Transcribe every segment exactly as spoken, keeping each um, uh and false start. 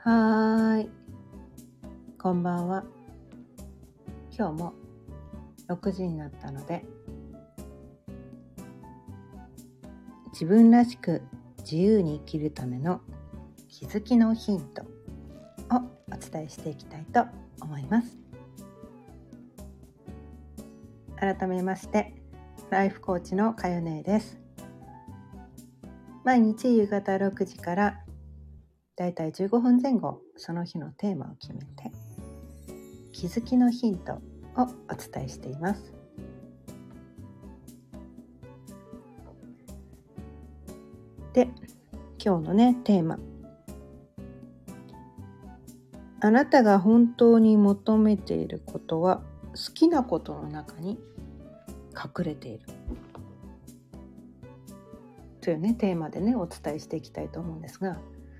はーい、こんばんは。今日もろくじになったので、自分らしく自由に生きるための気づきのヒントをお伝えしていきたいと思います。改めまして、ライフコーチのかよねです。毎日夕方ろくじからだいたいじゅうごふんぜん後、その日のテーマを決めて気づきのヒントをお伝えしています。で、今日のねテーマ、あなたが本当に求めていることは好きなことの中に隠れているというねテーマでねお伝えしていきたいと思うんですが、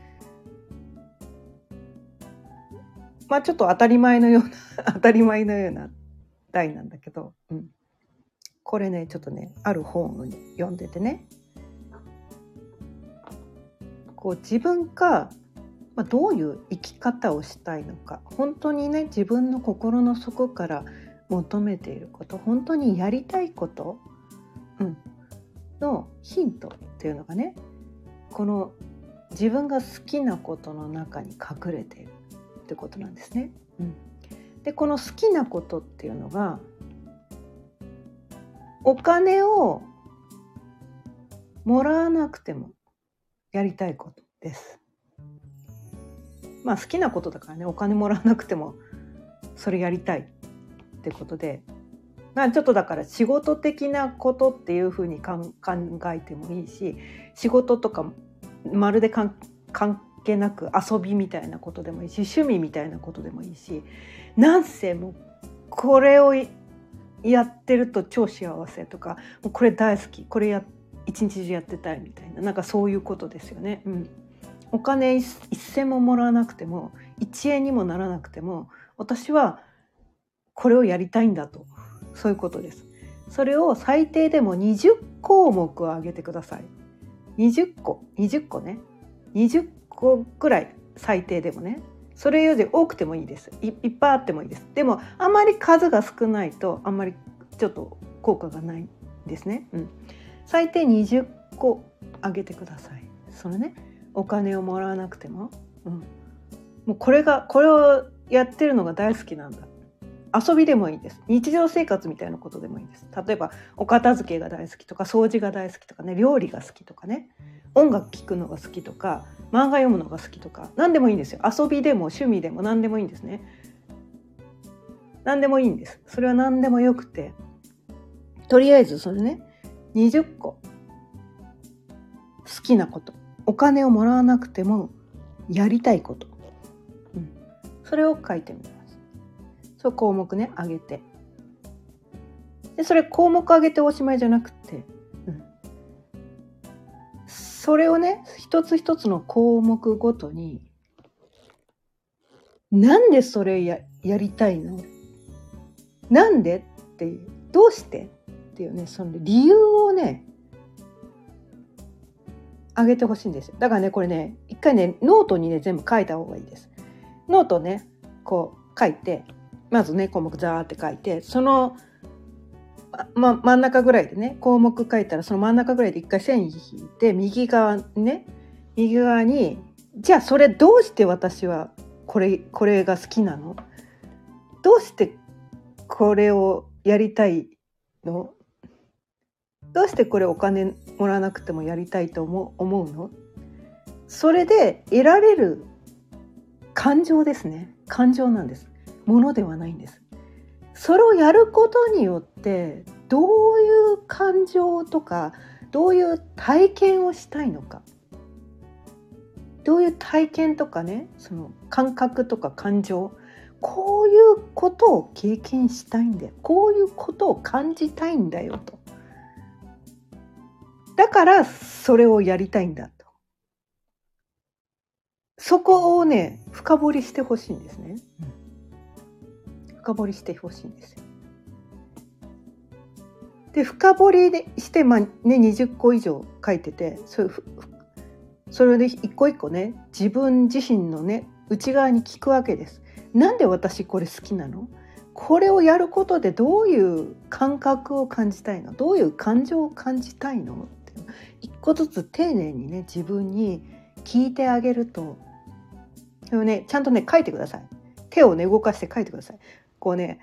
まあちょっと当たり前のような当たり前のような題なんだけど、うん、これねちょっとねある本を読んでてね、こう自分が、まあ、どういう生き方をしたいのか、本当にね自分の心の底から求めていること、本当にやりたいこと、うん、のヒントっていうのがね、この自分が好きなことの中に隠れているってことなんですね。うん、でこの好きなことっていうのがお金をもらわなくてもやりたいことです。まあ好きなことだからね、お金もらわなくてもそれやりたいってことで、まあちょっとだから仕事的なことっていうふうに考えてもいいし、仕事とかまるで関係なく遊びみたいなことでもいいし、趣味みたいなことでもいいし、なんせもうこれをやってると超幸せとか、もうこれ大好き、これや一日中やってたいみたいな、なんかそういうことですよね。うん、お金一銭ももらわなくても一円にもならなくても私はこれをやりたいんだと、そういうことです。それを最低でもにじゅっこうもくを挙げてください。にじゅっこ、にじゅっこね、にじゅっこくらい最低でもね、それより多くてもいいです。 い, いっぱいあってもいいです。でもあまり数が少ないとあんまりちょっと効果がないんですね。うん、最低にじゅっこあげてください。そのね、お金をもらわなくても、うん、もうこれがこれをやってるのが大好きなんだ。遊びでもいいです。日常生活みたいなことでもいいです。例えばお片付けが大好きとか、掃除が大好きとかね、料理が好きとかね、音楽聴くのが好きとか、漫画読むのが好きとか、何でもいいんですよ。遊びでも趣味でも何でもいいんですね。何でもいいんです。それは何でもよくて、とりあえずそれね、にじゅっこ好きなこと、お金をもらわなくてもやりたいこと、うん、それを書いてみます。そう項目ね上げて、でそれ項目上げておしまいじゃなくて、うん、それをね一つ一つの項目ごとに、なんでそれ や, やりたいの、なんでっていう、どうしてっていうね、その理由をね上げてほしいんですよ。だからねこれね一回ねノートにね全部書いた方がいいです。ノートねこう書いて、まずね項目ザーって書いて、その、ま、真ん中ぐらいでね項目書いたら、その真ん中ぐらいで一回線引いて、右側ね右側に、じゃあそれどうして私はこれこれが好きなの、どうしてこれをやりたいの、どうしてこれお金もらわなくてもやりたいと思う、思うの、それで得られる感情ですね。感情なんです。ものではないんです。それをやることによってどういう感情とか、どういう体験をしたいのか、どういう体験とかね、その感覚とか感情、こういうことを経験したいんだよ、こういうことを感じたいんだよと、だからそれをやりたいんだと、そこをね深掘りしてほしいんですね。うん、深掘りしてほしいんですよ。で深掘りして、まあね、にじゅっこ以上書いてて、それそれで一個一個ね自分自身のね内側に聞くわけです。なんで私これ好きなの？これをやることでどういう感覚を感じたいの？どういう感情を感じたいの？って一個ずつ丁寧にね自分に聞いてあげると、それをねちゃんとね書いてください。手をね動かして書いてください。こうね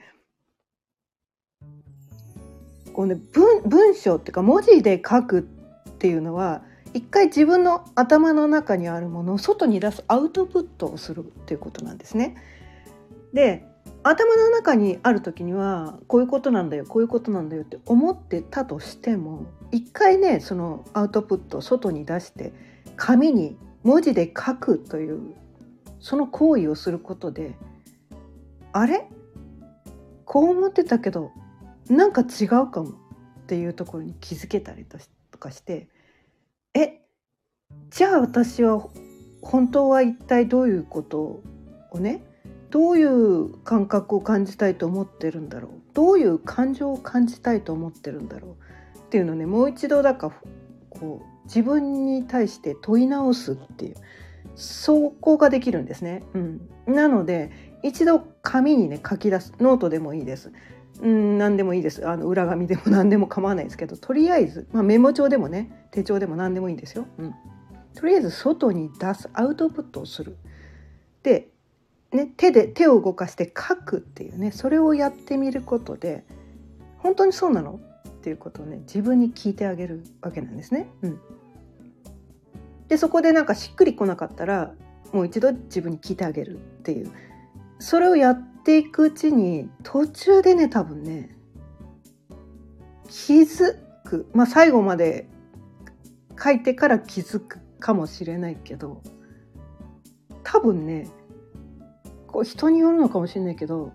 こうね 文, 文章っていうか文字で書くっていうのは、一回自分の頭の中にあるものを外に出すアウトプットをするっていうことなんですね。で、頭の中にある時にはこういうことなんだよこういうことなんだよって思ってたとしても、一回ねそのアウトプットを外に出して紙に文字で書くというその行為をすることで、あれこう思ってたけどなんか違うかもっていうところに気づけたりとかして、えじゃあ私は本当は一体どういうことをね、どういう感覚を感じたいと思ってるんだろう、どういう感情を感じたいと思ってるんだろうっていうのをね、もう一度だからこう自分に対して問い直すっていう、そこができるんですね、うん、なので一度紙にね書き出す、ノートでもいいです、うん、何でもいいです、あの裏紙でも何でも構わないですけど、とりあえず、まあ、メモ帳でもね手帳でも何でもいいですよ、うん、とりあえず外に出す、アウトプットをする。で、ね、手で手を動かして書くっていうね、それをやってみることで、本当にそうなのっていうことをね自分に聞いてあげるわけなんですね、うん、でそこでなんかしっくりこなかったらもう一度自分に聞いてあげるっていう、それをやっていくうちに途中でね多分ね気づく、まあ最後まで書いてから気づくかもしれないけど、多分ねこう人によるのかもしれないけど、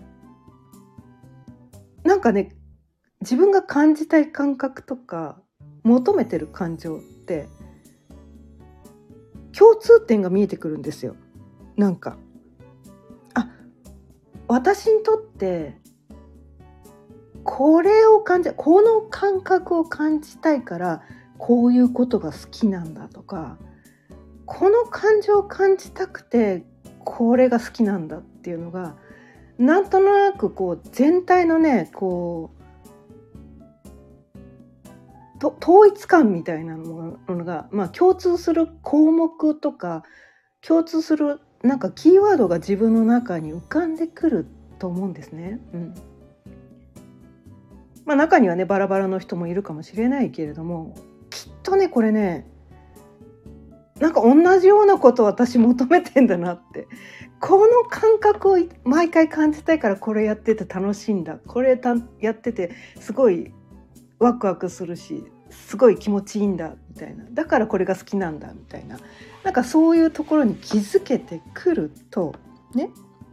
なんかね自分が感じたい感覚とか求めてる感情って共通点が見えてくるんですよ。なんかあ、私にとってこれを感じ、この感覚を感じたいからこういうことが好きなんだとか、この感情を感じたくてこれが好きなんだっていうのがなんとなくこう全体のねこうと統一感みたいなものが、まあ、共通する項目とか共通するなんかキーワードが自分の中に浮かんでくると思うんですね、うんまあ、中にはねバラバラの人もいるかもしれないけれども、きっとねこれねなんか同じようなことを私求めてんだなって、この感覚を毎回感じたいからこれやってて楽しいんだ、これやっててすごいワクワクするしすごい気持ちいいんだみたいな、だからこれが好きなんだみたいな、なんかそういうところに気づけてくるとね、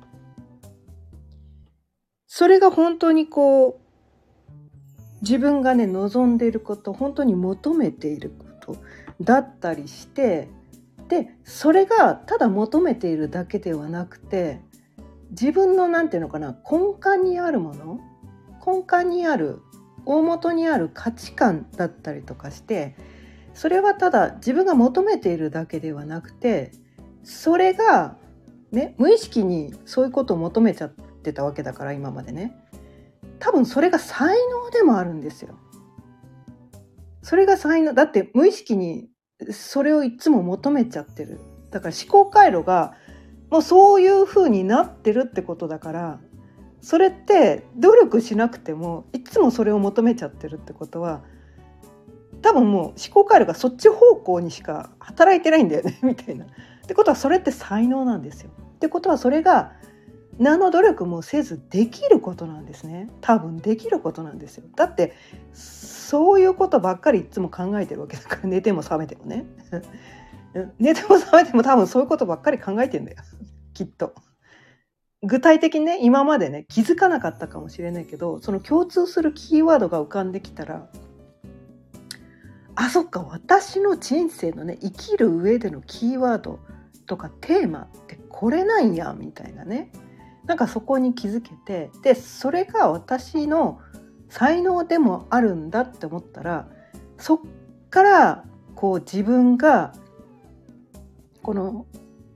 それが本当にこう自分がね望んでいること、本当に求めていることだったりして、でそれがただ求めているだけではなくて、自分のなんていうのかな、根幹にあるもの、根幹にある大元にある価値観だったりとかして、それはただ自分が求めているだけではなくて、それがね無意識にそういうことを求めちゃってたわけだから今までね、多分それが才能でもあるんですよ。それが才能だって、無意識にそれをいつも求めちゃってる。だから思考回路がもうそういう風になってるってことだから、それって努力しなくてもいつもそれを求めちゃってるってことは、多分もう思考回路がそっち方向にしか働いてないんだよねみたいな。ってことはそれって才能なんですよ。ってことはそれが何の努力もせずできることなんですね。多分できることなんですよ。だってそういうことばっかりいつも考えてるわけだから、寝ても覚めてもね寝ても覚めても多分そういうことばっかり考えてんだよきっと。具体的にね今までね気づかなかったかもしれないけど、その共通するキーワードが浮かんできたら、あそっか私の人生のね生きる上でのキーワードとかテーマってこれなんやみたいなね、なんかそこに気づけて、でそれが私の才能でもあるんだって思ったら、そっからこう自分がこの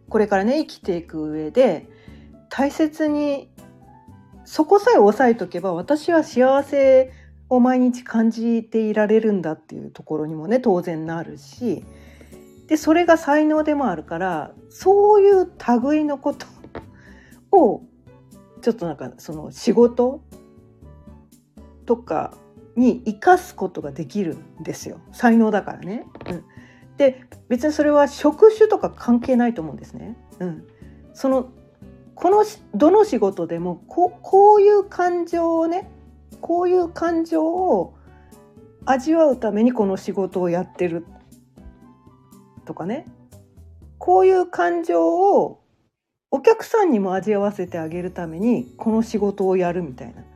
これからね生きていく上で大切にそこさえ押さえとけば私は幸せを毎日感じていられるんだっていうところにもね当然なるし、でそれが才能でもあるからそういう類のことをちょっとなんかその仕事とかに生かすことができるんですよ。才能だからね。うん、で別にそれは職種とか関係ないと思うんですね。うん、そのこのどの仕事でもここういう感情をねこういう感情を味わうためにこの仕事をやってるとかね、こういう感情をお客さんにも味わわせてあげるためにこの仕事をやるみたいな、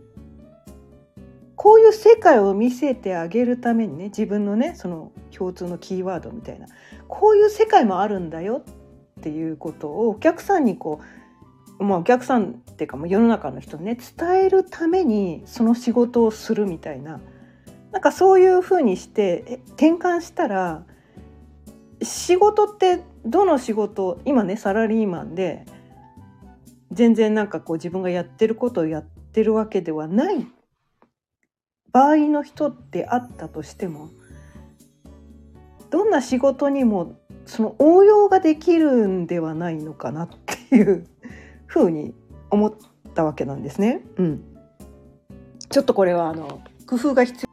こういう世界を見せてあげるためにね自分のねその共通のキーワードみたいな、こういう世界もあるんだよっていうことをお客さんにこう、まあ、お客さんっていうかもう世の中の人にね伝えるためにその仕事をするみたいな、なんかそういう風にして転換したら仕事ってどの仕事今ねサラリーマンで全然なんかこう自分がやってることをやってるわけではない場合の人であったとしても、どんな仕事にもその応用ができるんではないのかなっていうふうに思ったわけなんですね。うん、ちょっとこれはあの工夫が必要